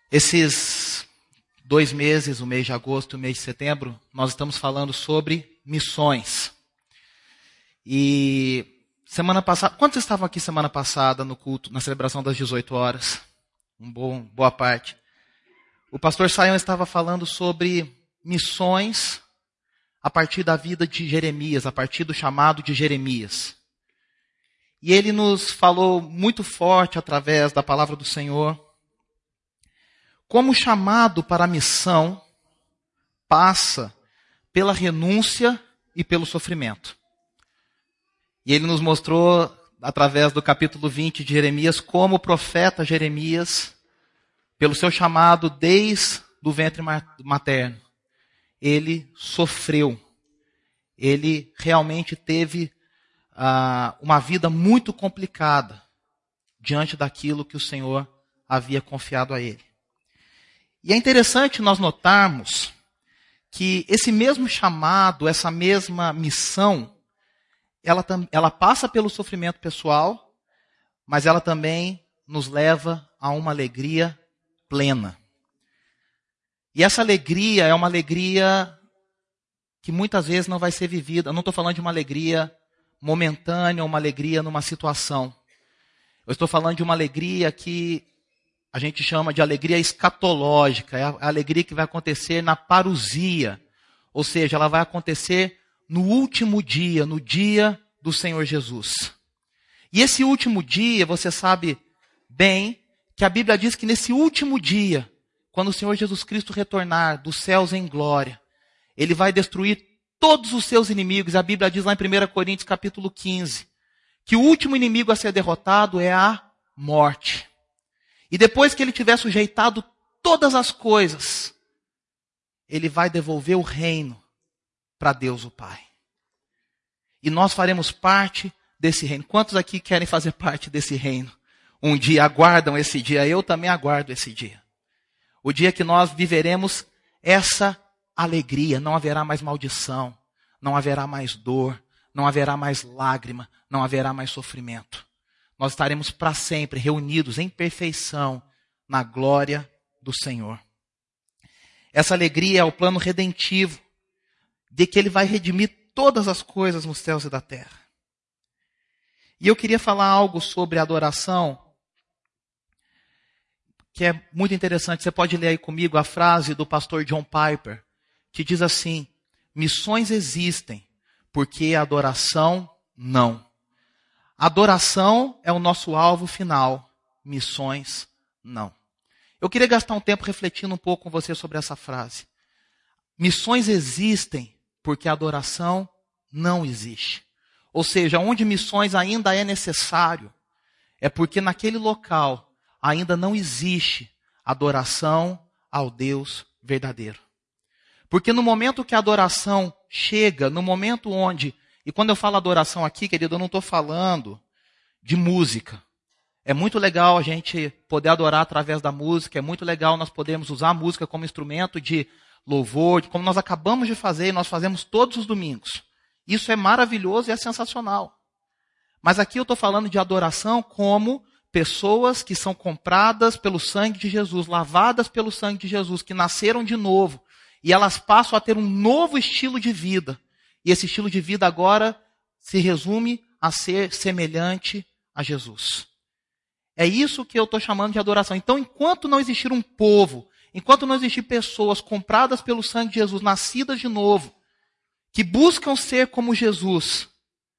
Esses 2 meses, o mês de agosto e o mês de setembro, nós estamos falando sobre missões. E semana passada, quantos estavam aqui semana passada no culto, na celebração das 18 horas? Boa parte. O pastor Saião estava falando sobre missões a partir da vida de Jeremias, a partir do chamado de Jeremias. E ele nos falou muito forte através da palavra do Senhor, como o chamado para a missão passa pela renúncia e pelo sofrimento. E ele nos mostrou, através do capítulo 20 de Jeremias, como o profeta Jeremias, pelo seu chamado desde o ventre materno, ele sofreu. Ele realmente teve uma vida muito complicada diante daquilo que o Senhor havia confiado a ele. E é interessante nós notarmos que esse mesmo chamado, essa mesma missão, ela passa pelo sofrimento pessoal, mas ela também nos leva a uma alegria plena. E essa alegria é uma alegria que muitas vezes não vai ser vivida. Eu não estou falando de uma alegria momentânea, uma alegria numa situação. Eu estou falando de uma alegria que a gente chama de alegria escatológica. É a alegria que vai acontecer na parousia. Ou seja, ela vai acontecer no último dia, no dia do Senhor Jesus. E esse último dia, você sabe bem que a Bíblia diz que nesse último dia, quando o Senhor Jesus Cristo retornar dos céus em glória, Ele vai destruir todos os seus inimigos. A Bíblia diz lá em 1 Coríntios capítulo 15, que o último inimigo a ser derrotado é a morte. E depois que Ele tiver sujeitado todas as coisas, Ele vai devolver o reino para Deus o Pai. E nós faremos parte desse reino. Quantos aqui querem fazer parte desse reino? Um dia aguardam esse dia. Eu também aguardo esse dia. O dia que nós viveremos essa alegria. Não haverá mais maldição. Não haverá mais dor. Não haverá mais lágrima. Não haverá mais sofrimento. Nós estaremos para sempre reunidos em perfeição na glória do Senhor. Essa alegria é o plano redentivo de que Ele vai redimir todas as coisas nos céus e da terra. E eu queria falar algo sobre adoração, que é muito interessante. Você pode ler aí comigo a frase do pastor John Piper, que diz assim: missões existem, porque a adoração não. Adoração é o nosso alvo final, missões não. Eu queria gastar um tempo refletindo um pouco com você sobre essa frase. Missões existem porque a adoração não existe. Ou seja, onde missões ainda é necessário, é porque naquele local ainda não existe adoração ao Deus verdadeiro. Porque no momento que a adoração chega, no momento onde, e quando eu falo adoração aqui, querido, eu não estou falando de música. É muito legal a gente poder adorar através da música, é muito legal nós podermos usar a música como instrumento de louvor, como nós acabamos de fazer e nós fazemos todos os domingos. Isso é maravilhoso e é sensacional. Mas aqui eu estou falando de adoração como pessoas que são compradas pelo sangue de Jesus, lavadas pelo sangue de Jesus, que nasceram de novo. E elas passam a ter um novo estilo de vida. E esse estilo de vida agora se resume a ser semelhante a Jesus. É isso que eu estou chamando de adoração. Então, enquanto não existir um povo, enquanto não existir pessoas compradas pelo sangue de Jesus, nascidas de novo, que buscam ser como Jesus,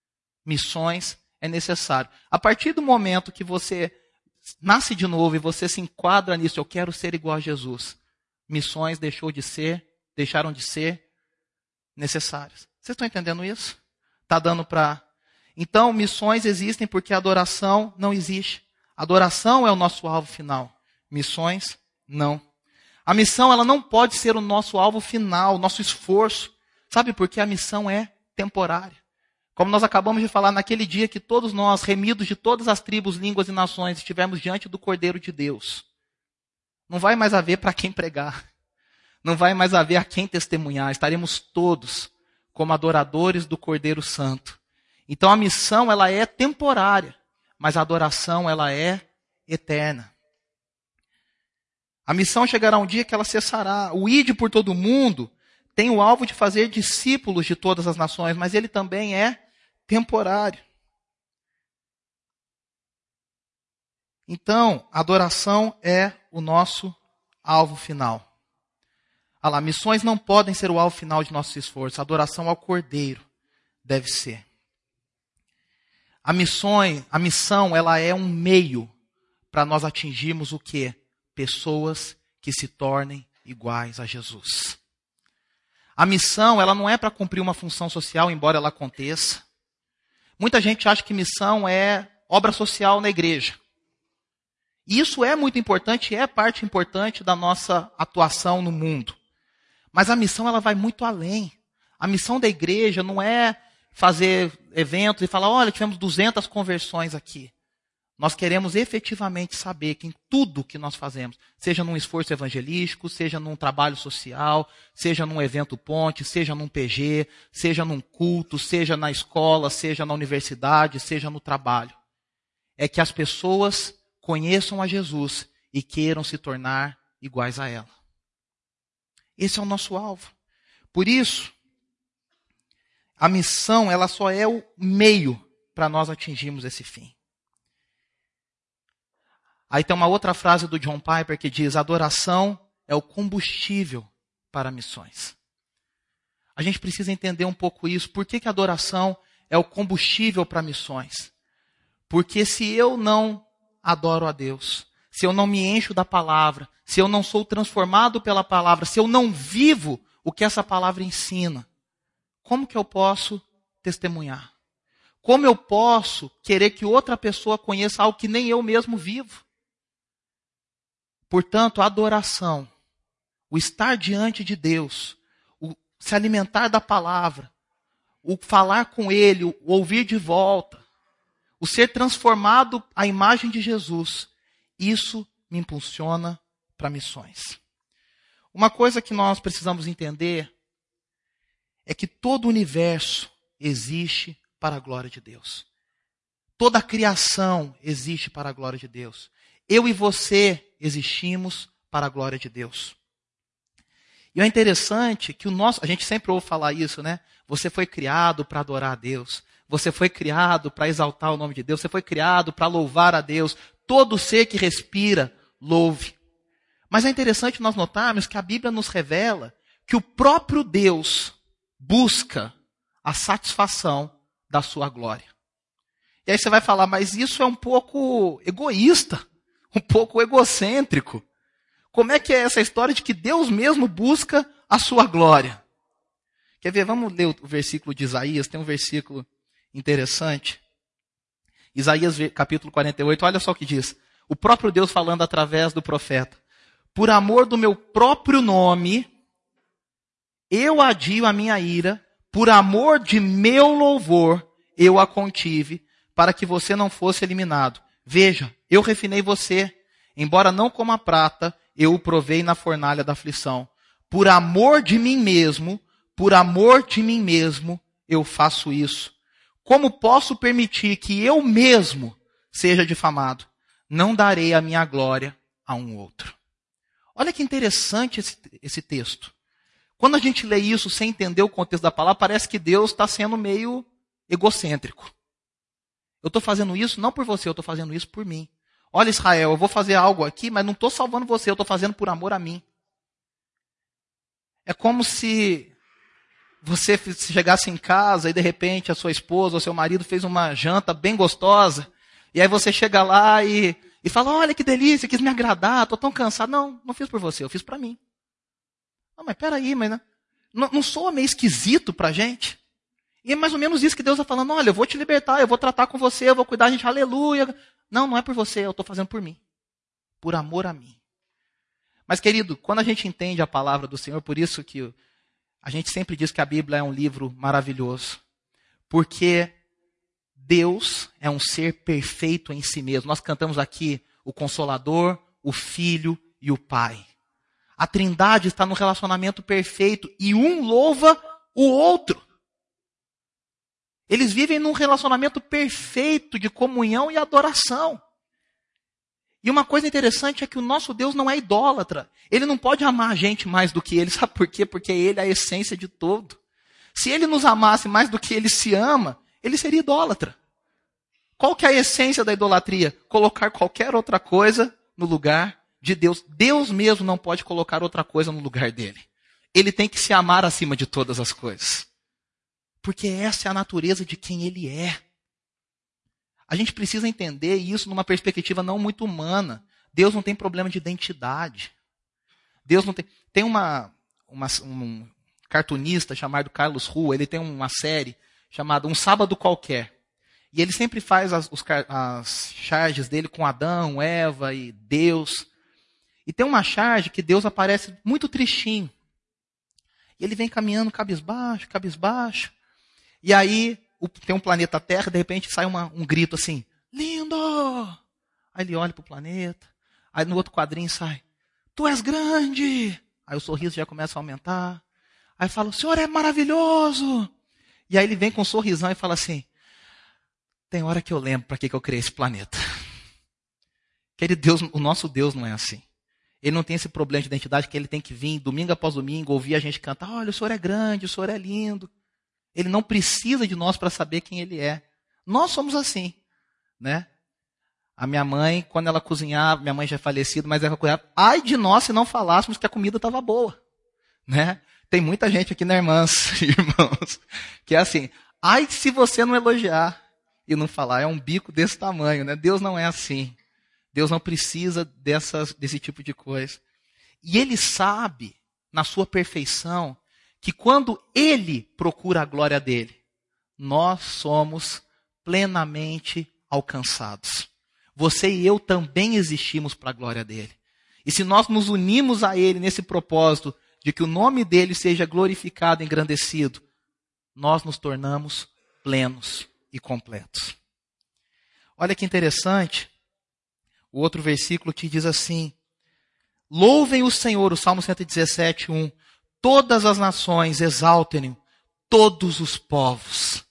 missões é necessário. A partir do momento que você nasce de novo e você se enquadra nisso, eu quero ser igual a Jesus, missões deixaram de ser necessárias. Vocês estão entendendo isso? Está dando para... Então, missões existem porque a adoração não existe. Adoração é o nosso alvo final. Missões, não. A missão, ela não pode ser o nosso alvo final, o nosso esforço. Sabe por quê? A missão é temporária. Como nós acabamos de falar naquele dia que todos nós, remidos de todas as tribos, línguas e nações, estivemos diante do Cordeiro de Deus. Não vai mais haver para quem pregar. Não vai mais haver a quem testemunhar. Estaremos todos como adoradores do Cordeiro Santo. Então a missão, ela é temporária, mas a adoração, ela é eterna. A missão chegará um dia que ela cessará. O ide por todo mundo tem o alvo de fazer discípulos de todas as nações, mas ele também é temporário. Então, adoração é o nosso alvo final. Ah lá, missões não podem ser o alvo final de nosso esforço. A adoração ao Cordeiro deve ser. A missão, ela é um meio para nós atingirmos o quê? Pessoas que se tornem iguais a Jesus. A missão, ela não é para cumprir uma função social, embora ela aconteça. Muita gente acha que missão é obra social na igreja. E isso é muito importante, é parte importante da nossa atuação no mundo. Mas a missão, ela vai muito além. A missão da igreja não é fazer eventos e falar, olha, tivemos 200 conversões aqui. Nós queremos efetivamente saber que em tudo que nós fazemos, seja num esforço evangelístico, seja num trabalho social, seja num evento ponte, seja num PG, seja num culto, seja na escola, seja na universidade, seja no trabalho, é que as pessoas conheçam a Jesus e queiram se tornar iguais a ela. Esse é o nosso alvo. Por isso, a missão, ela só é o meio para nós atingirmos esse fim. Aí tem uma outra frase do John Piper que diz, adoração é o combustível para missões. A gente precisa entender um pouco isso. Por que a adoração é o combustível para missões? Porque se eu não adoro a Deus, se eu não me encho da palavra, se eu não sou transformado pela palavra, se eu não vivo o que essa palavra ensina, como que eu posso testemunhar? Como eu posso querer que outra pessoa conheça algo que nem eu mesmo vivo? Portanto, a adoração, o estar diante de Deus, o se alimentar da palavra, o falar com Ele, o ouvir de volta, o ser transformado à imagem de Jesus, isso me impulsiona para missões. Uma coisa que nós precisamos entender é que todo o universo existe para a glória de Deus. Toda a criação existe para a glória de Deus. Eu e você existimos para a glória de Deus. E é interessante que a gente sempre ouve falar isso, né? Você foi criado para adorar a Deus. Você foi criado para exaltar o nome de Deus. Você foi criado para louvar a Deus. Todo ser que respira, louve. Mas é interessante nós notarmos que a Bíblia nos revela que o próprio Deus busca a satisfação da sua glória. E aí você vai falar, mas isso é um pouco egoísta, um pouco egocêntrico. Como é que é essa história de que Deus mesmo busca a sua glória? Quer ver? Vamos ler o versículo de Isaías, tem um versículo interessante. Isaías capítulo 48, olha só o que diz. O próprio Deus falando através do profeta. Por amor do meu próprio nome, eu adio a minha ira, por amor de meu louvor, eu a contive, para que você não fosse eliminado. Veja, eu refinei você, embora não como a prata, eu o provei na fornalha da aflição. Por amor de mim mesmo, eu faço isso. Como posso permitir que eu mesmo seja difamado? Não darei a minha glória a um outro. Olha que interessante esse texto. Quando a gente lê isso sem entender o contexto da palavra, parece que Deus está sendo meio egocêntrico. Eu estou fazendo isso não por você, eu estou fazendo isso por mim. Olha, Israel, eu vou fazer algo aqui, mas não estou salvando você, eu estou fazendo por amor a mim. É como se você chegasse em casa e de repente a sua esposa ou seu marido fez uma janta bem gostosa, e aí você chega lá e fala, olha que delícia, quis me agradar, estou tão cansado. Não fiz por você, eu fiz para mim. Não, mas peraí, mas não soa meio esquisito para a gente? E é mais ou menos isso que Deus está falando, olha, eu vou te libertar, eu vou tratar com você, eu vou cuidar, gente, aleluia. Não é por você, eu estou fazendo por mim. Por amor a mim. Mas, querido, quando a gente entende a palavra do Senhor, por isso que a gente sempre diz que a Bíblia é um livro maravilhoso. Porque Deus é um ser perfeito em si mesmo. Nós cantamos aqui o Consolador, o Filho e o Pai. A Trindade está no relacionamento perfeito e um louva o outro. Eles vivem num relacionamento perfeito de comunhão e adoração. E uma coisa interessante é que o nosso Deus não é idólatra. Ele não pode amar a gente mais do que ele. Sabe por quê? Porque ele é a essência de todo. Se ele nos amasse mais do que ele se ama, ele seria idólatra. Qual que é a essência da idolatria? Colocar qualquer outra coisa no lugar de Deus. Deus mesmo não pode colocar outra coisa no lugar dele. Ele tem que se amar acima de todas as coisas. Porque essa é a natureza de quem ele é. A gente precisa entender isso numa perspectiva não muito humana. Deus não tem problema de identidade. Deus não tem... Tem um cartunista chamado Carlos Rua, ele tem uma série chamada Um Sábado Qualquer. E ele sempre faz as charges dele com Adão, Eva e Deus. E tem uma charge que Deus aparece muito tristinho. E ele vem caminhando cabisbaixo, cabisbaixo. E aí tem um planeta Terra, de repente sai um grito assim, lindo! Aí ele olha para o planeta. Aí no outro quadrinho sai, tu és grande! Aí o sorriso já começa a aumentar. Aí fala, o Senhor é maravilhoso! E aí ele vem com um sorrisão e fala assim, tem hora que eu lembro para que eu criei esse planeta. Querido Deus, o nosso Deus não é assim. Ele não tem esse problema de identidade que ele tem que vir domingo após domingo, ouvir a gente cantar, olha, o Senhor é grande, o Senhor é lindo. Ele não precisa de nós para saber quem ele é. Nós somos assim, né? A minha mãe, quando ela cozinhava, minha mãe já é falecida, mas ela cozinhava, ai de nós se não falássemos que a comida estava boa, né? Tem muita gente aqui, né, irmãs, irmãos, que é assim, ai se você não elogiar e não falar, é um bico desse tamanho, né? Deus não é assim. Deus não precisa desse tipo de coisa. E ele sabe, na sua perfeição, que quando ele procura a glória dele, nós somos plenamente alcançados. Você e eu também existimos para a glória dele. E se nós nos unimos a ele nesse propósito de que o nome dele seja glorificado e engrandecido, nós nos tornamos plenos e completos. Olha que interessante, o outro versículo que diz assim, louvem o Senhor, o Salmo 117, 1, todas as nações exaltem-no, todos os povos.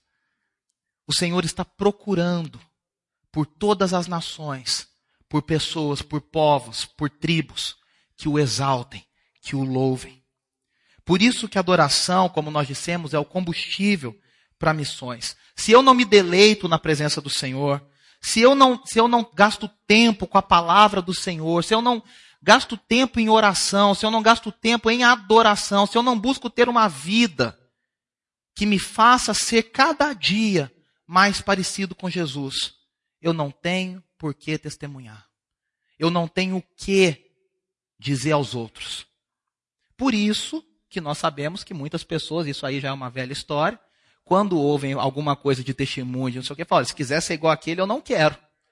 O Senhor está procurando por todas as nações, por pessoas, por povos, por tribos, que o exaltem, que o louvem. Por isso que a adoração, como nós dissemos, é o combustível para missões. Se eu não me deleito na presença do Senhor, se eu não gasto tempo com a palavra do Senhor, se eu não gasto tempo em oração, se eu não gasto tempo em adoração, se eu não busco ter uma vida que me faça ser cada dia mais parecido com Jesus, eu não tenho por que testemunhar. Eu não tenho o que dizer aos outros. Por isso que nós sabemos que muitas pessoas, isso aí já é uma velha história, quando ouvem alguma coisa de testemunho, não sei o que, falam, se quiser ser igual aquele, eu não quero.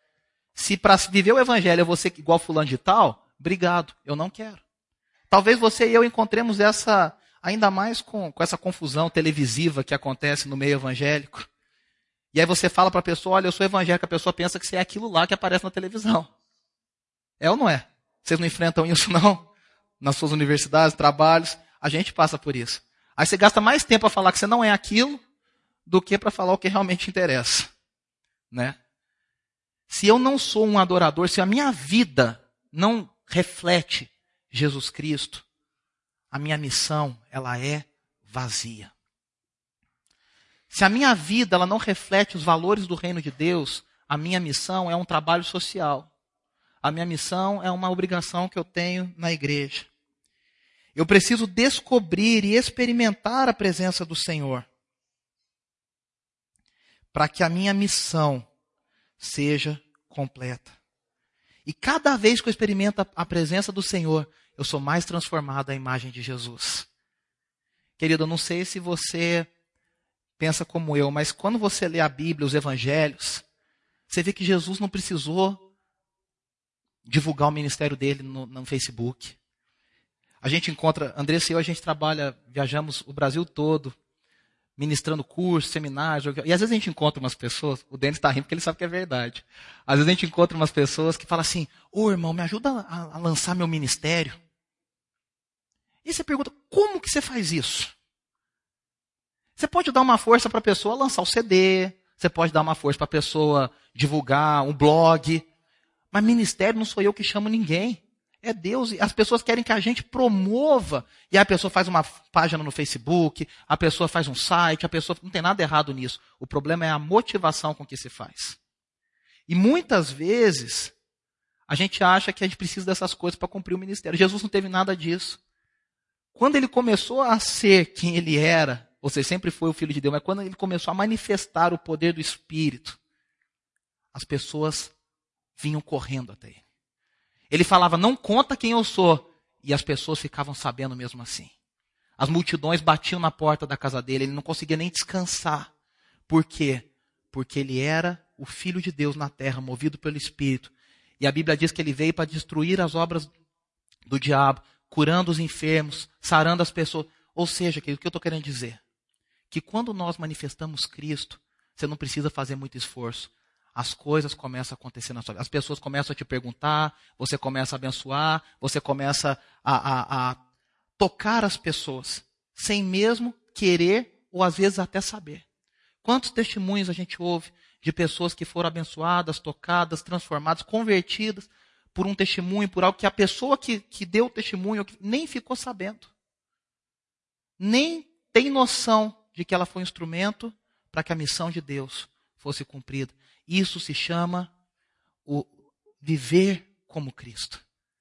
Se para viver o evangelho eu vou ser igual fulano de tal, obrigado, eu não quero. Talvez você e eu encontremos essa, ainda mais com essa confusão televisiva que acontece no meio evangélico. E aí você fala para a pessoa, olha, eu sou evangélico, a pessoa pensa que você é aquilo lá que aparece na televisão. É ou não é? Vocês não enfrentam isso não? Nas suas universidades, trabalhos, a gente passa por isso. Aí você gasta mais tempo a falar que você não é aquilo, do que para falar o que realmente interessa. Né? Se eu não sou um adorador, se a minha vida não reflete Jesus Cristo, a minha missão, ela é vazia. Se a minha vida ela não reflete os valores do reino de Deus, a minha missão é um trabalho social. A minha missão é uma obrigação que eu tenho na igreja. Eu preciso descobrir e experimentar a presença do Senhor, para que a minha missão seja completa. E cada vez que eu experimento a presença do Senhor, eu sou mais transformado à imagem de Jesus. Querido, eu não sei se você pensa como eu, mas quando você lê a Bíblia, os evangelhos, você vê que Jesus não precisou divulgar o ministério dele no Facebook. A gente encontra, Andressa e eu, a gente trabalha, viajamos o Brasil todo, ministrando cursos, seminários, e às vezes a gente encontra umas pessoas, o Denis está rindo porque ele sabe que é verdade. Às vezes a gente encontra umas pessoas que falam assim, ô irmão, me ajuda a lançar meu ministério. E você pergunta, como que você faz isso? Você pode dar uma força para a pessoa lançar o CD, você pode dar uma força para a pessoa divulgar um blog, Mas ministério não sou eu que chamo ninguém. É Deus. E as pessoas querem que a gente promova. E aí a pessoa faz uma página no Facebook, a pessoa faz um site, a pessoa... Não tem nada errado nisso. O problema é a motivação com que se faz. E muitas vezes, a gente acha que a gente precisa dessas coisas para cumprir o ministério. Jesus não teve nada disso. Quando ele começou a ser quem ele era, ou seja, sempre foi o Filho de Deus, mas quando ele começou a manifestar o poder do Espírito, as pessoas vinham correndo até ele. Ele falava, não conta quem eu sou. E as pessoas ficavam sabendo mesmo assim. As multidões batiam na porta da casa dele, ele não conseguia nem descansar. Por quê? Porque ele era o Filho de Deus na terra, movido pelo Espírito. E a Bíblia diz que ele veio para destruir as obras do diabo, curando os enfermos, sarando as pessoas. Ou seja, querido, o que eu estou querendo dizer? Que quando nós manifestamos Cristo, você não precisa fazer muito esforço. As coisas começam a acontecer na sua vida. As pessoas começam a te perguntar, você começa a abençoar, você começa a tocar as pessoas, sem mesmo querer ou às vezes até saber. Quantos testemunhos a gente ouve de pessoas que foram abençoadas, tocadas, transformadas, convertidas por um testemunho, por algo que a pessoa que deu o testemunho nem ficou sabendo. Nem tem noção de que ela foi um instrumento para que a missão de Deus fosse cumprida. Isso se chama o viver como Cristo.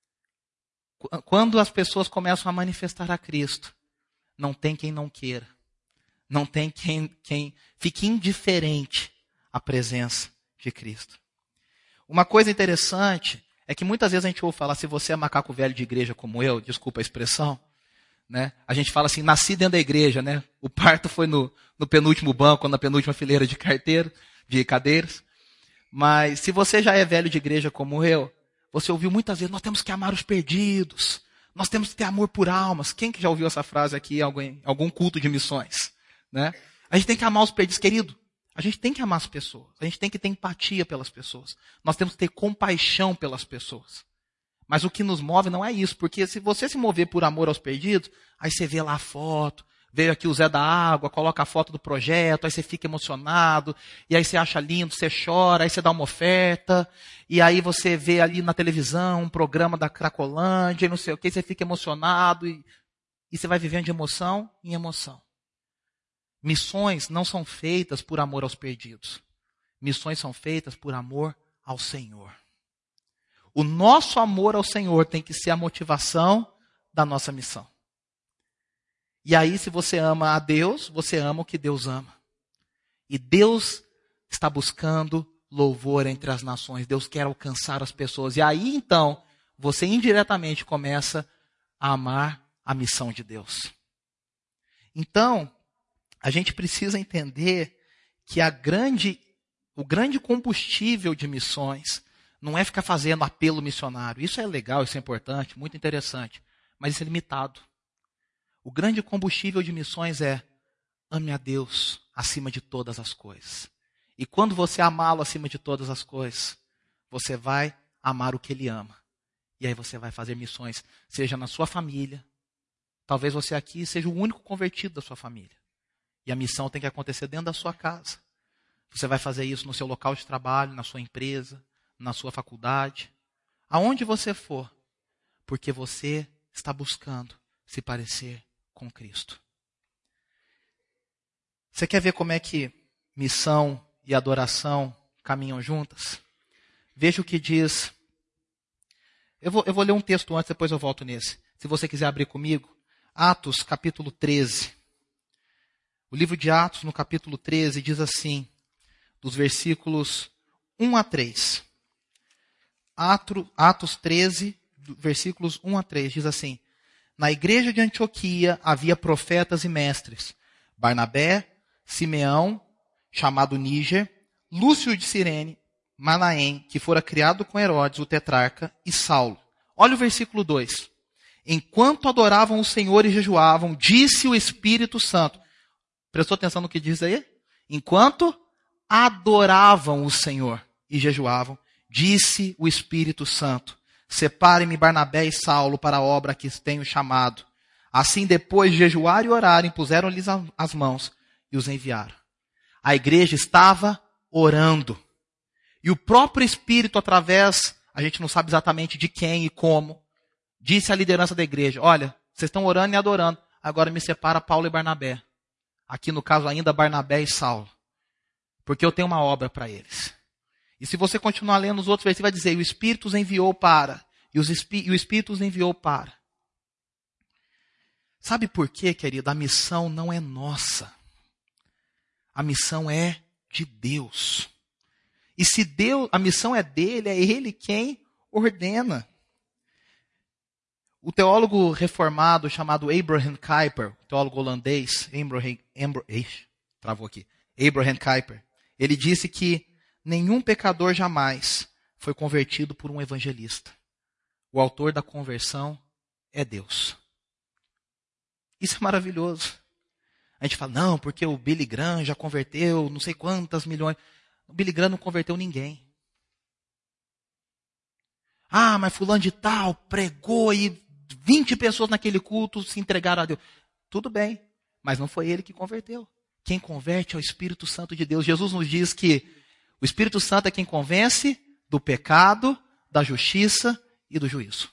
Quando as pessoas começam a manifestar a Cristo, não tem quem não queira. Não tem quem fique indiferente à presença de Cristo. Uma coisa interessante é que muitas vezes a gente ouve falar, se você é macaco velho de igreja como eu, desculpa a expressão, né? A gente fala assim, nasci dentro da igreja, né? O parto foi no penúltimo banco, na penúltima fileira de cadeiras. Mas se você já é velho de igreja como eu, você ouviu muitas vezes, nós temos que amar os perdidos, nós temos que ter amor por almas. Quem que já ouviu essa frase aqui em algum culto de missões? Né? A gente tem que amar os perdidos, querido. A gente tem que amar as pessoas. A gente tem que ter empatia pelas pessoas. Nós temos que ter compaixão pelas pessoas. Mas o que nos move não é isso. Porque se você se mover por amor aos perdidos, aí você vê lá a foto, veio aqui o Zé da Água, coloca a foto do projeto, aí você fica emocionado, e aí você acha lindo, você chora, aí você dá uma oferta, e aí você vê ali na televisão um programa da Cracolândia, e não sei o que, você fica emocionado, e você vai vivendo de emoção em emoção. Missões não são feitas por amor aos perdidos. Missões são feitas por amor ao Senhor. O nosso amor ao Senhor tem que ser a motivação da nossa missão. E aí, se você ama a Deus, você ama o que Deus ama. E Deus está buscando louvor entre as nações. Deus quer alcançar as pessoas. E aí, então, você indiretamente começa a amar a missão de Deus. Então, a gente precisa entender que o grande combustível de missões não é ficar fazendo apelo missionário. Isso é legal, isso é importante, muito interessante. Mas isso é limitado. O grande combustível de missões é ame a Deus acima de todas as coisas. E quando você amá-lo acima de todas as coisas, você vai amar o que ele ama. E aí você vai fazer missões, seja na sua família. Talvez você aqui seja o único convertido da sua família. E a missão tem que acontecer dentro da sua casa. Você vai fazer isso no seu local de trabalho, na sua empresa, na sua faculdade. Aonde você for. Porque você está buscando se parecer com Cristo. Você quer ver como é que missão e adoração caminham juntas? Veja o que diz. Eu vou ler um texto antes, depois eu volto nesse. Se você quiser abrir comigo. Atos, capítulo 13. O livro de Atos, no capítulo 13, diz assim, dos versículos 1 a 3. Atos 13, versículos 1 a 3, diz assim: na igreja de Antioquia havia profetas e mestres, Barnabé, Simeão, chamado Níger, Lúcio de Cirene, Manaém, que fora criado com Herodes, o tetrarca, e Saulo. Olha o versículo 2. Enquanto adoravam o Senhor e jejuavam, disse o Espírito Santo. Prestou atenção no que diz aí? Enquanto adoravam o Senhor e jejuavam, disse o Espírito Santo: separe-me Barnabé e Saulo para a obra a que tenho chamado. Assim, depois de jejuar e orarem, puseram-lhes as mãos e os enviaram. A igreja estava orando. E o próprio Espírito, através a gente não sabe exatamente de quem e como, disse à liderança da igreja, olha, vocês estão orando e adorando, agora me separa Paulo e Barnabé. Aqui no caso ainda Barnabé e Saulo. Porque eu tenho uma obra para eles. E se você continuar lendo os outros versículos, vai dizer, o Espírito os enviou para, e o Espírito os enviou para. Sabe por quê, querido? A missão não é nossa. A missão é de Deus. E se Deus, a missão é dele, é ele quem ordena. O teólogo reformado chamado Abraham Kuyper, teólogo holandês, Abraham Kuyper, ele disse que nenhum pecador jamais foi convertido por um evangelista. O autor da conversão é Deus. Isso é maravilhoso. A gente fala, não, porque o Billy Graham já converteu não sei quantas milhões. O Billy Graham não converteu ninguém. Ah, mas fulano de tal pregou e 20 pessoas naquele culto se entregaram a Deus. Tudo bem, mas não foi ele que converteu. Quem converte é o Espírito Santo de Deus. Jesus nos diz que o Espírito Santo é quem convence do pecado, da justiça e do juízo.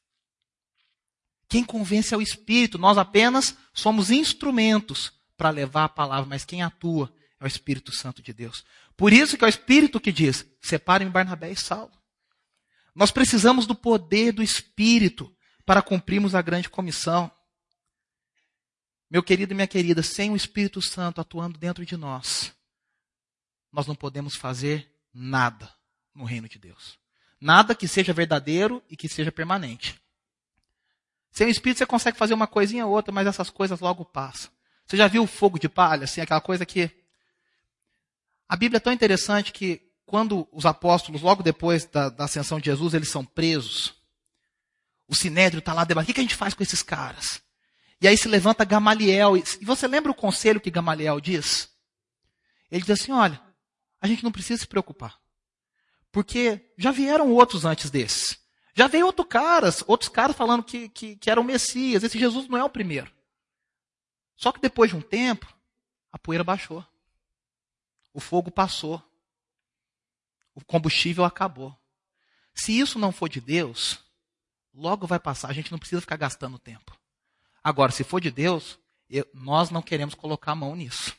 Quem convence é o Espírito. Nós apenas somos instrumentos para levar a palavra, mas quem atua é o Espírito Santo de Deus. Por isso que é o Espírito que diz, separem Barnabé e Saulo. Nós precisamos do poder do Espírito para cumprirmos a grande comissão. Meu querido e minha querida, sem o Espírito Santo atuando dentro de nós, nós não podemos fazer nada no reino de Deus. Nada que seja verdadeiro e que seja permanente. Sem o Espírito você consegue fazer uma coisinha ou outra, mas essas coisas logo passam. Você já viu o fogo de palha? Assim, aquela coisa que... A Bíblia é tão interessante que quando os apóstolos, logo depois da ascensão de Jesus, eles são presos, o Sinédrio está lá debatendo, o que a gente faz com esses caras? E aí se levanta Gamaliel, e você lembra o conselho que Gamaliel diz? Ele diz assim, olha, a gente não precisa se preocupar, porque já vieram outros antes desses. Já veio outros caras falando que eram o Messias, esse Jesus não é o primeiro. Só que depois de um tempo, a poeira baixou. O fogo passou. O combustível acabou. Se isso não for de Deus, logo vai passar. A gente não precisa ficar gastando tempo. Agora, se for de Deus, nós não queremos colocar a mão nisso.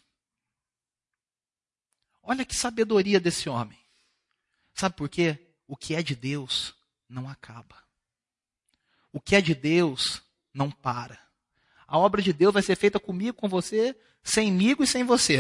Olha que sabedoria desse homem. Sabe por quê? O que é de Deus não acaba. O que é de Deus não para. A obra de Deus vai ser feita comigo, com você, semigo e sem você.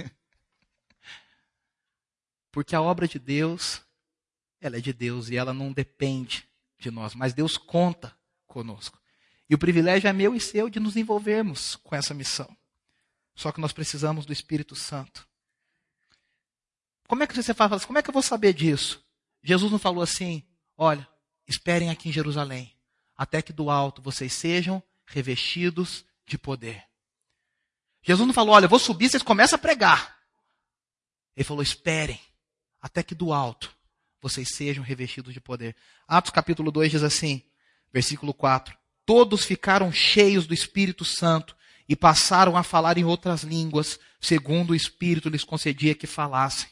Porque a obra de Deus, ela é de Deus e ela não depende de nós. Mas Deus conta conosco. E o privilégio é meu e seu de nos envolvermos com essa missão. Só que nós precisamos do Espírito Santo. Como é que você fala? Como é que eu vou saber disso? Jesus não falou assim, olha, esperem aqui em Jerusalém, até que do alto vocês sejam revestidos de poder. Jesus não falou, olha, eu vou subir, vocês começam a pregar. Ele falou, esperem, até que do alto vocês sejam revestidos de poder. Atos capítulo 2 diz assim, versículo 4. Todos ficaram cheios do Espírito Santo e passaram a falar em outras línguas, segundo o Espírito lhes concedia que falassem.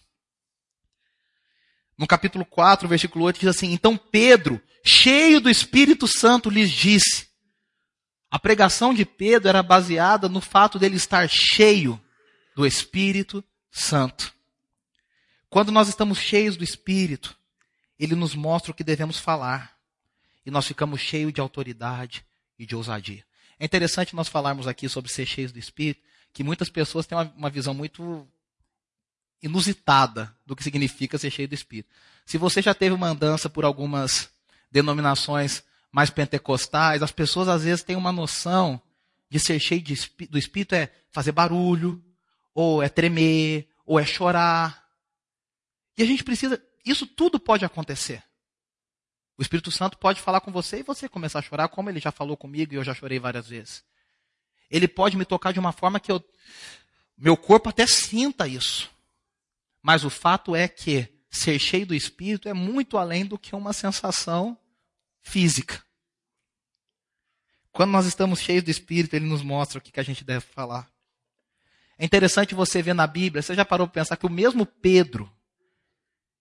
No capítulo 4, versículo 8, diz assim, então Pedro, cheio do Espírito Santo, lhes disse. A pregação de Pedro era baseada no fato dele estar cheio do Espírito Santo. Quando nós estamos cheios do Espírito, ele nos mostra o que devemos falar. E nós ficamos cheios de autoridade e de ousadia. É interessante nós falarmos aqui sobre ser cheios do Espírito, que muitas pessoas têm uma visão muito inusitada do que significa ser cheio do Espírito. Se você já teve uma andança por algumas denominações mais pentecostais, as pessoas às vezes têm uma noção de ser cheio do Espírito é fazer barulho, ou é tremer, ou é chorar. E a gente precisa, isso tudo pode acontecer. O Espírito Santo pode falar com você e você começar a chorar, como ele já falou comigo e eu já chorei várias vezes. Ele pode me tocar de uma forma que meu corpo até sinta isso. Mas o fato é que ser cheio do Espírito é muito além do que uma sensação física. Quando nós estamos cheios do Espírito, ele nos mostra o que a gente deve falar. É interessante você ver na Bíblia, você já parou para pensar que o mesmo Pedro,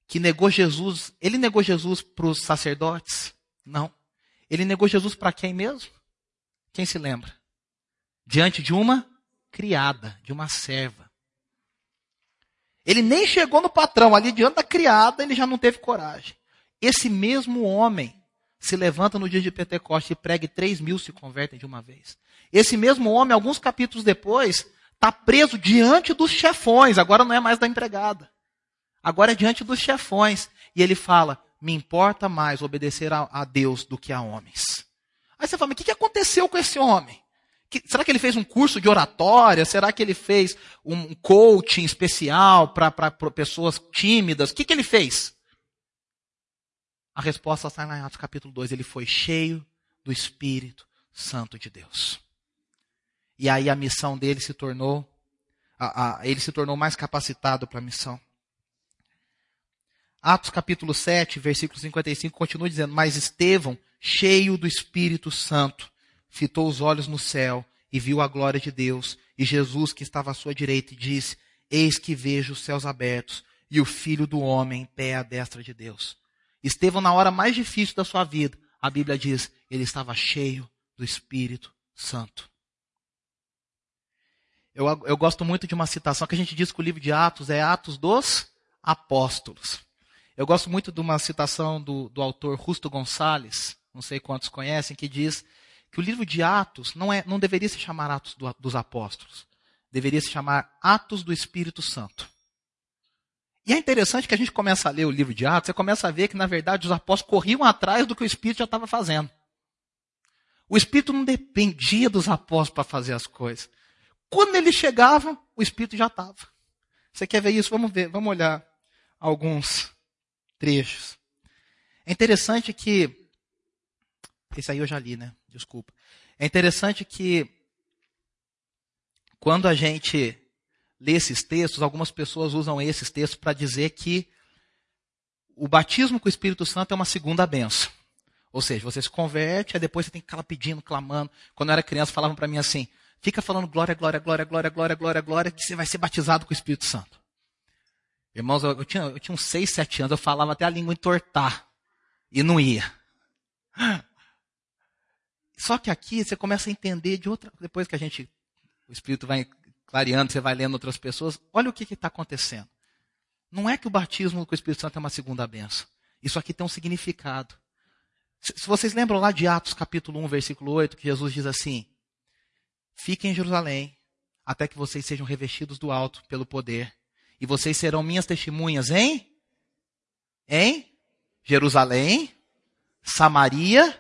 que negou Jesus, ele negou Jesus para os sacerdotes? Não. Ele negou Jesus para quem mesmo? Quem se lembra? Diante de uma criada, de uma serva. Ele nem chegou no patrão, ali diante da criada, ele já não teve coragem. Esse mesmo homem se levanta no dia de Pentecostes e prega e 3.000 se convertem de uma vez. Esse mesmo homem, alguns capítulos depois, está preso diante dos chefões, agora não é mais da empregada. Agora é diante dos chefões. E ele fala, me importa mais obedecer a Deus do que a homens. Aí você fala, mas o que aconteceu com esse homem? Será que ele fez um curso de oratória? Será que ele fez um coaching especial para pessoas tímidas? O que ele fez? A resposta está lá em Atos capítulo 2. Ele foi cheio do Espírito Santo de Deus. E aí a missão dele se tornou, ele se tornou mais capacitado para a missão. Atos capítulo 7, versículo 55, continua dizendo, mas Estevão, cheio do Espírito Santo, fitou os olhos no céu e viu a glória de Deus e Jesus que estava à sua direita e disse, eis que vejo os céus abertos e o Filho do Homem em pé à destra de Deus. Estevão, na hora mais difícil da sua vida, a Bíblia diz, ele estava cheio do Espírito Santo. Eu gosto muito de uma citação que a gente diz que o livro de Atos é Atos dos Apóstolos. Eu gosto muito de uma citação do autor Justo Gonçalves, não sei quantos conhecem, que diz que o livro de Atos não deveria se chamar Atos dos Apóstolos. Deveria se chamar Atos do Espírito Santo. E é interessante que a gente começa a ler o livro de Atos, você começa a ver que, na verdade, os apóstolos corriam atrás do que o Espírito já estava fazendo. O Espírito não dependia dos apóstolos para fazer as coisas. Quando eles chegavam, o Espírito já estava. Você quer ver isso? Vamos ver, vamos olhar alguns trechos. É interessante que... Esse aí eu já li, né? Desculpa. É interessante que quando a gente lê esses textos, algumas pessoas usam esses textos para dizer que o batismo com o Espírito Santo é uma segunda bênção. Ou seja, você se converte, aí depois você tem que ficar pedindo, clamando. Quando eu era criança, falavam para mim assim, fica falando glória, glória, glória, glória, glória, glória, glória, que você vai ser batizado com o Espírito Santo. Irmãos, eu tinha uns 6, 7 anos, eu falava até a língua entortar. E não ia. Só que aqui você começa a entender de outra... Depois que o Espírito vai clareando, você vai lendo outras pessoas, olha o que está acontecendo. Não é que o batismo com o Espírito Santo é uma segunda bênção. Isso aqui tem um significado. Se vocês lembram lá de Atos capítulo 1, versículo 8, que Jesus diz assim, fiquem em Jerusalém, até que vocês sejam revestidos do alto pelo poder. E vocês serão minhas testemunhas em Jerusalém, Samaria,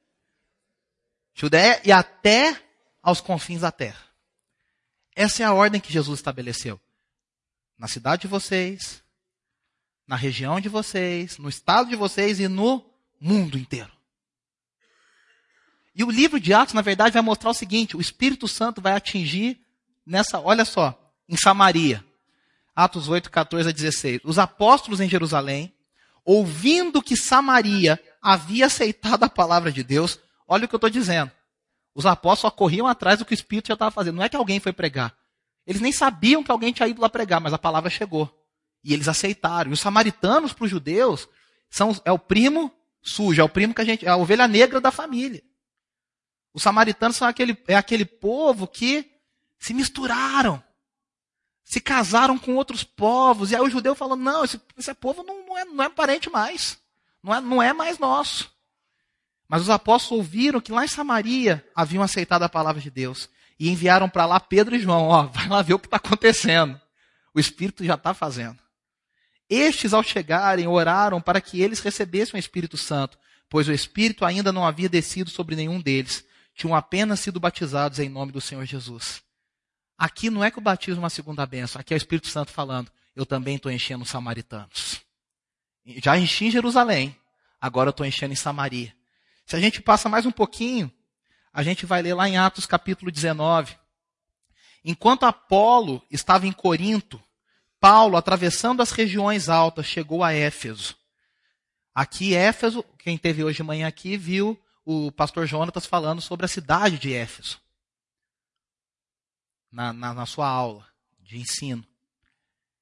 Judéia e até aos confins da terra. Essa é a ordem que Jesus estabeleceu. Na cidade de vocês, na região de vocês, no estado de vocês e no mundo inteiro. E o livro de Atos, na verdade, vai mostrar o seguinte, o Espírito Santo vai atingir olha só, em Samaria. Atos 8, 14 a 16. Os apóstolos em Jerusalém, ouvindo que Samaria havia aceitado a palavra de Deus, olha o que eu estou dizendo. Os apóstolos só corriam atrás do que o Espírito já estava fazendo. Não é que alguém foi pregar. Eles nem sabiam que alguém tinha ido lá pregar, mas a palavra chegou. E eles aceitaram. E os samaritanos, para os judeus, é o primo sujo, é o primo é a ovelha negra da família. Os samaritanos são aquele povo que se misturaram. Se casaram com outros povos. E aí o judeu falou, não, esse povo não é parente mais. Não é mais nosso. Mas os apóstolos ouviram que lá em Samaria haviam aceitado a palavra de Deus. E enviaram para lá Pedro e João. Vai lá ver o que está acontecendo. O Espírito já está fazendo. Estes, ao chegarem, oraram para que eles recebessem o Espírito Santo, pois o Espírito ainda não havia descido sobre nenhum deles. Tinham apenas sido batizados em nome do Senhor Jesus. Aqui não é que o batismo é uma segunda bênção. Aqui é o Espírito Santo falando, eu também estou enchendo os samaritanos. Já enchi em Jerusalém, agora eu estou enchendo em Samaria. Se a gente passa mais um pouquinho, a gente vai ler lá em Atos capítulo 19. Enquanto Apolo estava em Corinto, Paulo, atravessando as regiões altas, chegou a Éfeso. Aqui, Éfeso, quem esteve hoje de manhã aqui, viu o pastor Jonatas falando sobre a cidade de Éfeso. Na sua aula de ensino.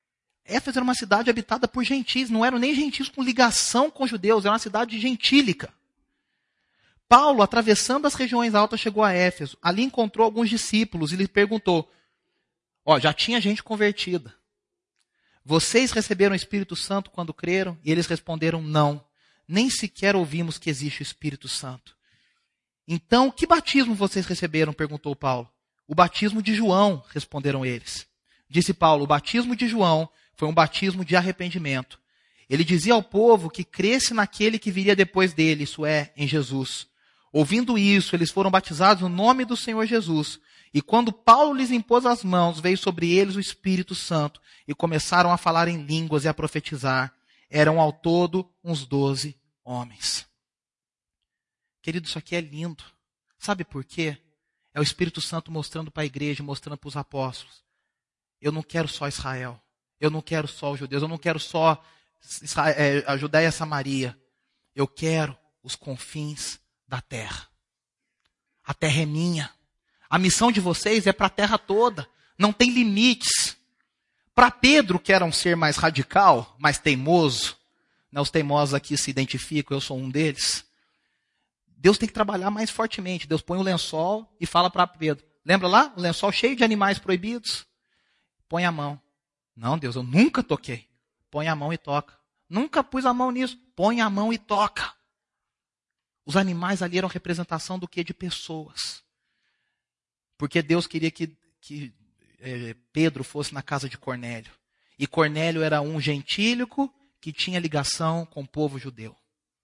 Éfeso era uma cidade habitada por gentis, não eram nem gentis com ligação com judeus, era uma cidade gentílica. Paulo, atravessando as regiões altas, chegou a Éfeso. Ali encontrou alguns discípulos e lhe perguntou, já tinha gente convertida. Vocês receberam o Espírito Santo quando creram? E eles responderam, não. Nem sequer ouvimos que existe o Espírito Santo. Então, que batismo vocês receberam? Perguntou Paulo. O batismo de João, responderam eles. Disse Paulo, o batismo de João foi um batismo de arrependimento. Ele dizia ao povo que cresce naquele que viria depois dele, isso é, em Jesus. Ouvindo isso, eles foram batizados no nome do Senhor Jesus. E quando Paulo lhes impôs as mãos, veio sobre eles o Espírito Santo e começaram a falar em línguas e a profetizar. Eram ao todo uns 12 homens. Querido, isso aqui é lindo. Sabe por quê? É o Espírito Santo mostrando para a igreja, mostrando para os apóstolos. Eu não quero só Israel. Eu não quero só os judeus. Eu não quero só a Judéia e a Samaria. Eu quero os confins da terra. A terra é minha. A missão de vocês é para a terra toda. Não tem limites. Para Pedro, que era um ser mais radical, mais teimoso, né, os teimosos aqui se identificam, eu sou um deles. Deus tem que trabalhar mais fortemente. Deus põe o lençol e fala para Pedro. Lembra lá? O lençol cheio de animais proibidos? Põe a mão. Não, Deus, eu nunca toquei. Põe a mão e toca. Nunca pus a mão nisso. Põe a mão e toca. Os animais ali eram representação do quê? De pessoas. Porque Deus queria que Pedro fosse na casa de Cornélio. E Cornélio era um gentílico que tinha ligação com o povo judeu.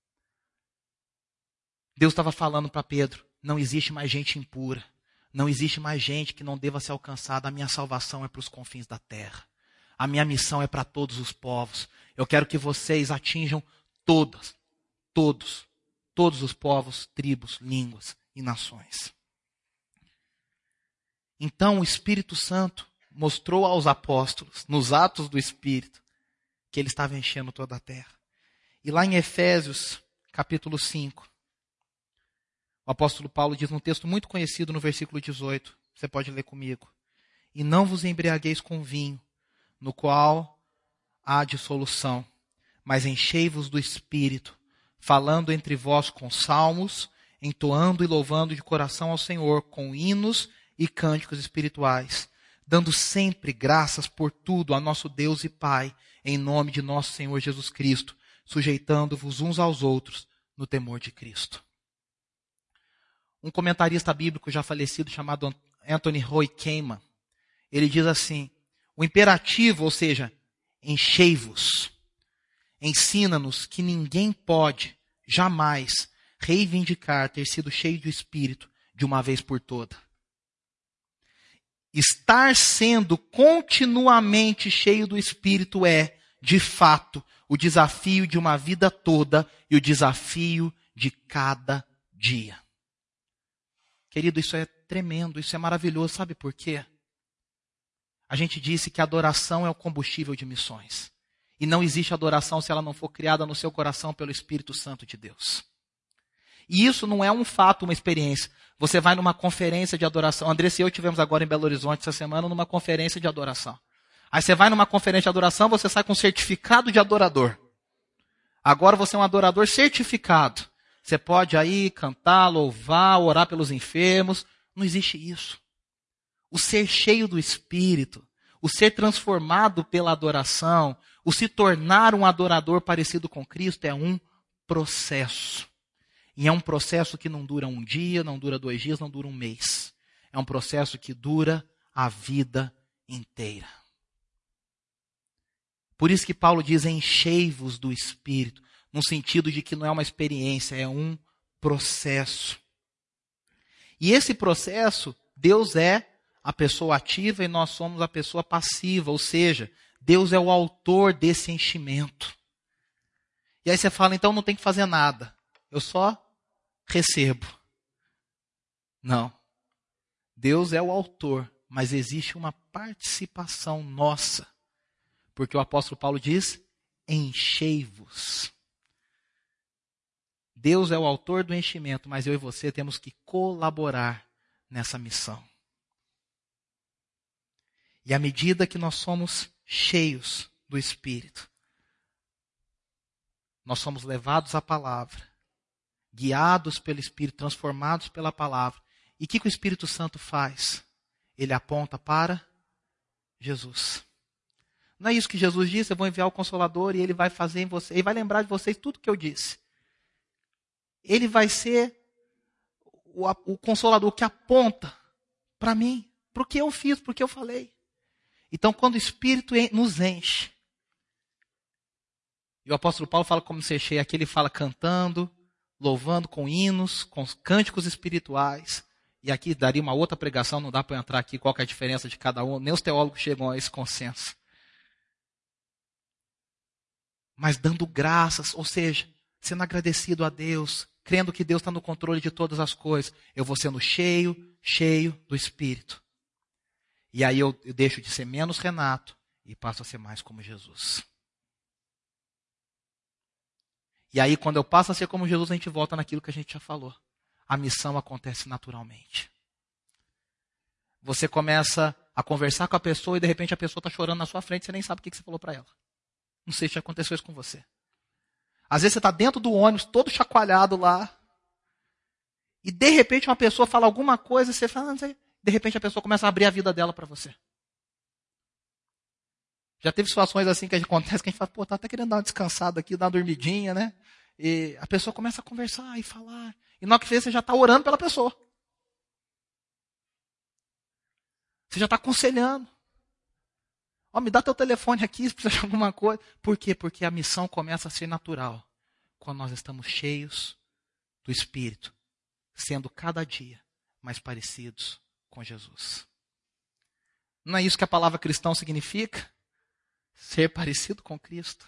Deus estava falando para Pedro, não existe mais gente impura. Não existe mais gente que não deva ser alcançada. A minha salvação é para os confins da terra. A minha missão é para todos os povos. Eu quero que vocês atinjam todos os povos, tribos, línguas e nações. Então o Espírito Santo mostrou aos apóstolos, nos atos do Espírito, que ele estava enchendo toda a terra. E lá em Efésios, capítulo 5, o apóstolo Paulo diz num texto muito conhecido no versículo 18, você pode ler comigo. E não vos embriagueis com vinho, no qual há dissolução, mas enchei-vos do Espírito, falando entre vós com salmos, entoando e louvando de coração ao Senhor, com hinos e cânticos espirituais, dando sempre graças por tudo a nosso Deus e Pai, em nome de nosso Senhor Jesus Cristo, sujeitando-vos uns aos outros no temor de Cristo. Um comentarista bíblico já falecido chamado Anthony Roy Kamen, ele diz assim, o imperativo, ou seja, enchei-vos, ensina-nos que ninguém pode, jamais, reivindicar ter sido cheio do Espírito de uma vez por toda. Estar sendo continuamente cheio do Espírito é, de fato, o desafio de uma vida toda e o desafio de cada dia. Querido, isso é tremendo, isso é maravilhoso. Sabe por quê? A gente disse que a adoração é o combustível de missões. E não existe adoração se ela não for criada no seu coração pelo Espírito Santo de Deus. E isso não é um fato, uma experiência. Você vai numa conferência de adoração. Andressa e eu tivemos agora em Belo Horizonte essa semana numa conferência de adoração. Aí você vai numa conferência de adoração, você sai com certificado de adorador. Agora você é um adorador certificado. Você pode aí cantar, louvar, orar pelos enfermos. Não existe isso. O ser cheio do Espírito, o ser transformado pela adoração, o se tornar um adorador parecido com Cristo é um processo. E é um processo que não dura um dia, não dura 2 dias, não dura um mês. É um processo que dura a vida inteira. Por isso que Paulo diz, enchei-vos do Espírito. No sentido de que não é uma experiência, é um processo. E esse processo, Deus é a pessoa ativa e nós somos a pessoa passiva. Ou seja, Deus é o autor desse enchimento. E aí você fala, então não tem que fazer nada. Eu só recebo. Não. Deus é o autor, mas existe uma participação nossa. Porque o apóstolo Paulo diz, enchei-vos. Deus é o autor do enchimento, mas eu e você temos que colaborar nessa missão. E à medida que nós somos cheios do Espírito. Nós somos levados à palavra, guiados pelo Espírito, transformados pela palavra. E o que o Espírito Santo faz? Ele aponta para Jesus. Não é isso que Jesus disse? Eu vou enviar o Consolador e ele vai fazer em você, ele vai lembrar de vocês tudo que eu disse. Ele vai ser o Consolador que aponta para mim, para o que eu fiz, para o que eu falei. Então, quando o Espírito nos enche, e o apóstolo Paulo fala como ser cheio, aqui ele fala cantando, louvando com hinos, com cânticos espirituais. E aqui daria uma outra pregação, não dá para entrar aqui qual que é a diferença de cada um, nem os teólogos chegam a esse consenso. Mas dando graças, ou seja, sendo agradecido a Deus, crendo que Deus está no controle de todas as coisas, eu vou sendo cheio do Espírito. E aí eu deixo de ser menos Renato e passo a ser mais como Jesus. E aí quando eu passo a ser como Jesus, a gente volta naquilo que a gente já falou. A missão acontece naturalmente. Você começa a conversar com a pessoa e de repente a pessoa está chorando na sua frente e você nem sabe o que você falou para ela. Não sei se já aconteceu isso com você. Às vezes você está dentro do ônibus, todo chacoalhado lá, e de repente uma pessoa fala alguma coisa e você fala, de repente a pessoa começa a abrir a vida dela para você. Já teve situações assim que acontece que a gente fala, pô, tá até querendo dar uma descansada aqui, dar uma dormidinha, né? E a pessoa começa a conversar e falar. E na hora que vê, você já está orando pela pessoa. Você já está aconselhando. Ó, me dá teu telefone aqui se precisar de alguma coisa. Por quê? Porque a missão começa a ser natural. Quando nós estamos cheios do Espírito. Sendo cada dia mais parecidos com Jesus. Não é isso que a palavra cristão significa? Ser parecido com Cristo.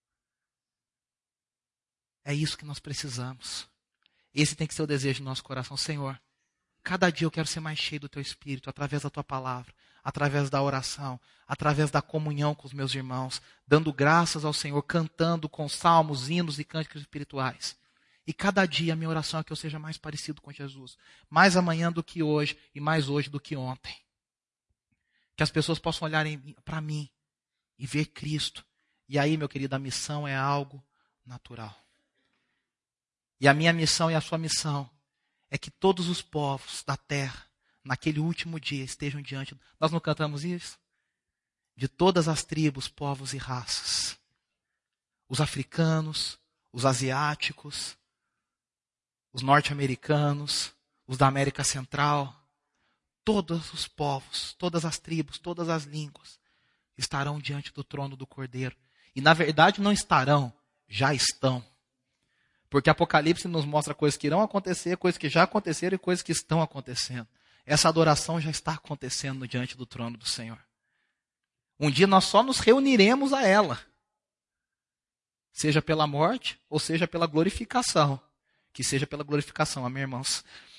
É isso que nós precisamos. Esse tem que ser o desejo do nosso coração. Senhor, cada dia eu quero ser mais cheio do Teu Espírito, através da Tua palavra, através da oração, através da comunhão com os meus irmãos, dando graças ao Senhor, cantando com salmos, hinos e cânticos espirituais. E cada dia a minha oração é que eu seja mais parecido com Jesus. Mais amanhã do que hoje e mais hoje do que ontem. Que as pessoas possam olhar para mim e ver Cristo. E aí, meu querido, a missão é algo natural. E a minha missão e a sua missão é que todos os povos da terra, naquele último dia, estejam diante. Nós não cantamos isso? De todas as tribos, povos e raças. Os africanos, os asiáticos, os norte-americanos, os da América Central, todos os povos, todas as tribos, todas as línguas estarão diante do trono do Cordeiro. E na verdade não estarão, já estão. Porque Apocalipse nos mostra coisas que irão acontecer, coisas que já aconteceram e coisas que estão acontecendo. Essa adoração já está acontecendo diante do trono do Senhor. Um dia nós só nos reuniremos a ela. Seja pela morte ou seja pela glorificação. Que seja pela glorificação, amém, irmãos?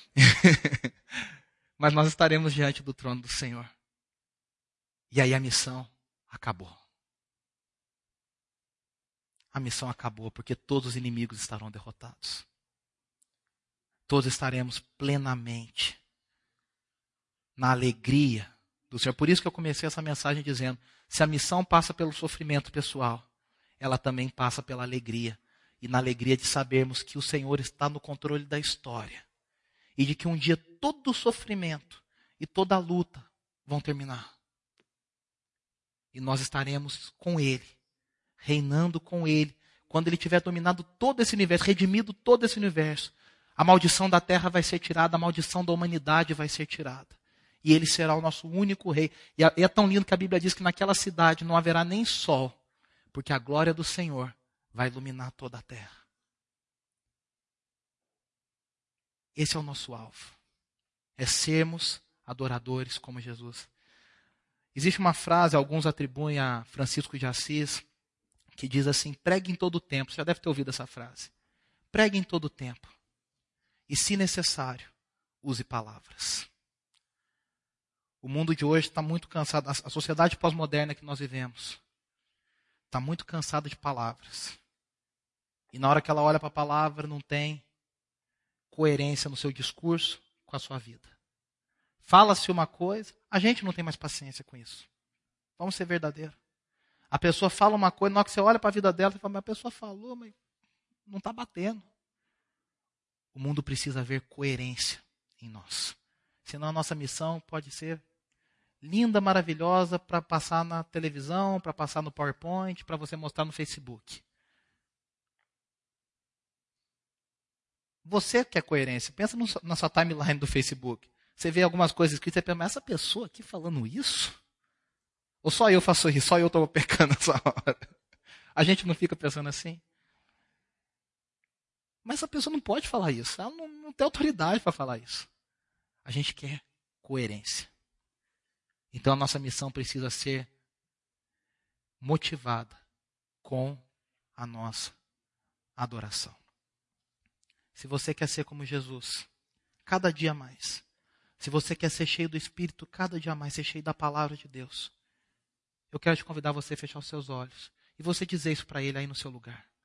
Mas nós estaremos diante do trono do Senhor. E aí a missão acabou. A missão acabou porque todos os inimigos estarão derrotados. Todos estaremos plenamente na alegria do Senhor. Por isso que eu comecei essa mensagem dizendo, se a missão passa pelo sofrimento pessoal, ela também passa pela alegria. E na alegria de sabermos que o Senhor está no controle da história. E de que um dia todo o sofrimento e toda a luta vão terminar. E nós estaremos com Ele, reinando com Ele. Quando Ele tiver dominado todo esse universo, redimido todo esse universo, a maldição da terra vai ser tirada, a maldição da humanidade vai ser tirada. E Ele será o nosso único rei. E é tão lindo que a Bíblia diz que naquela cidade não haverá nem sol, porque a glória do Senhor vai iluminar toda a terra. Esse é o nosso alvo. É sermos adoradores como Jesus. Existe uma frase, alguns atribuem a Francisco de Assis, que diz assim, pregue em todo o tempo. Você já deve ter ouvido essa frase. Pregue em todo o tempo. E, se necessário, use palavras. O mundo de hoje está muito cansado. A sociedade pós-moderna que nós vivemos está muito cansada de palavras. E na hora que ela olha para a palavra, não tem coerência no seu discurso com a sua vida. Fala-se uma coisa, a gente não tem mais paciência com isso. Vamos ser verdadeiros. A pessoa fala uma coisa, na hora que você olha para a vida dela, você fala, mas a pessoa falou, mas não está batendo. O mundo precisa ver coerência em nós. Senão a nossa missão pode ser linda, maravilhosa, para passar na televisão, para passar no PowerPoint, para você mostrar no Facebook. Você quer coerência. Pensa na sua timeline do Facebook. Você vê algumas coisas escritas e pensa, mas essa pessoa aqui falando isso? Ou só eu faço isso? Só eu estou pecando nessa hora? A gente não fica pensando assim? Mas essa pessoa não pode falar isso. Ela não tem autoridade para falar isso. A gente quer coerência. Então a nossa missão precisa ser motivada com a nossa adoração. Se você quer ser como Jesus, cada dia mais. Se você quer ser cheio do Espírito, cada dia mais, ser cheio da palavra de Deus. Eu quero te convidar você a fechar os seus olhos. E você dizer isso para Ele aí no seu lugar.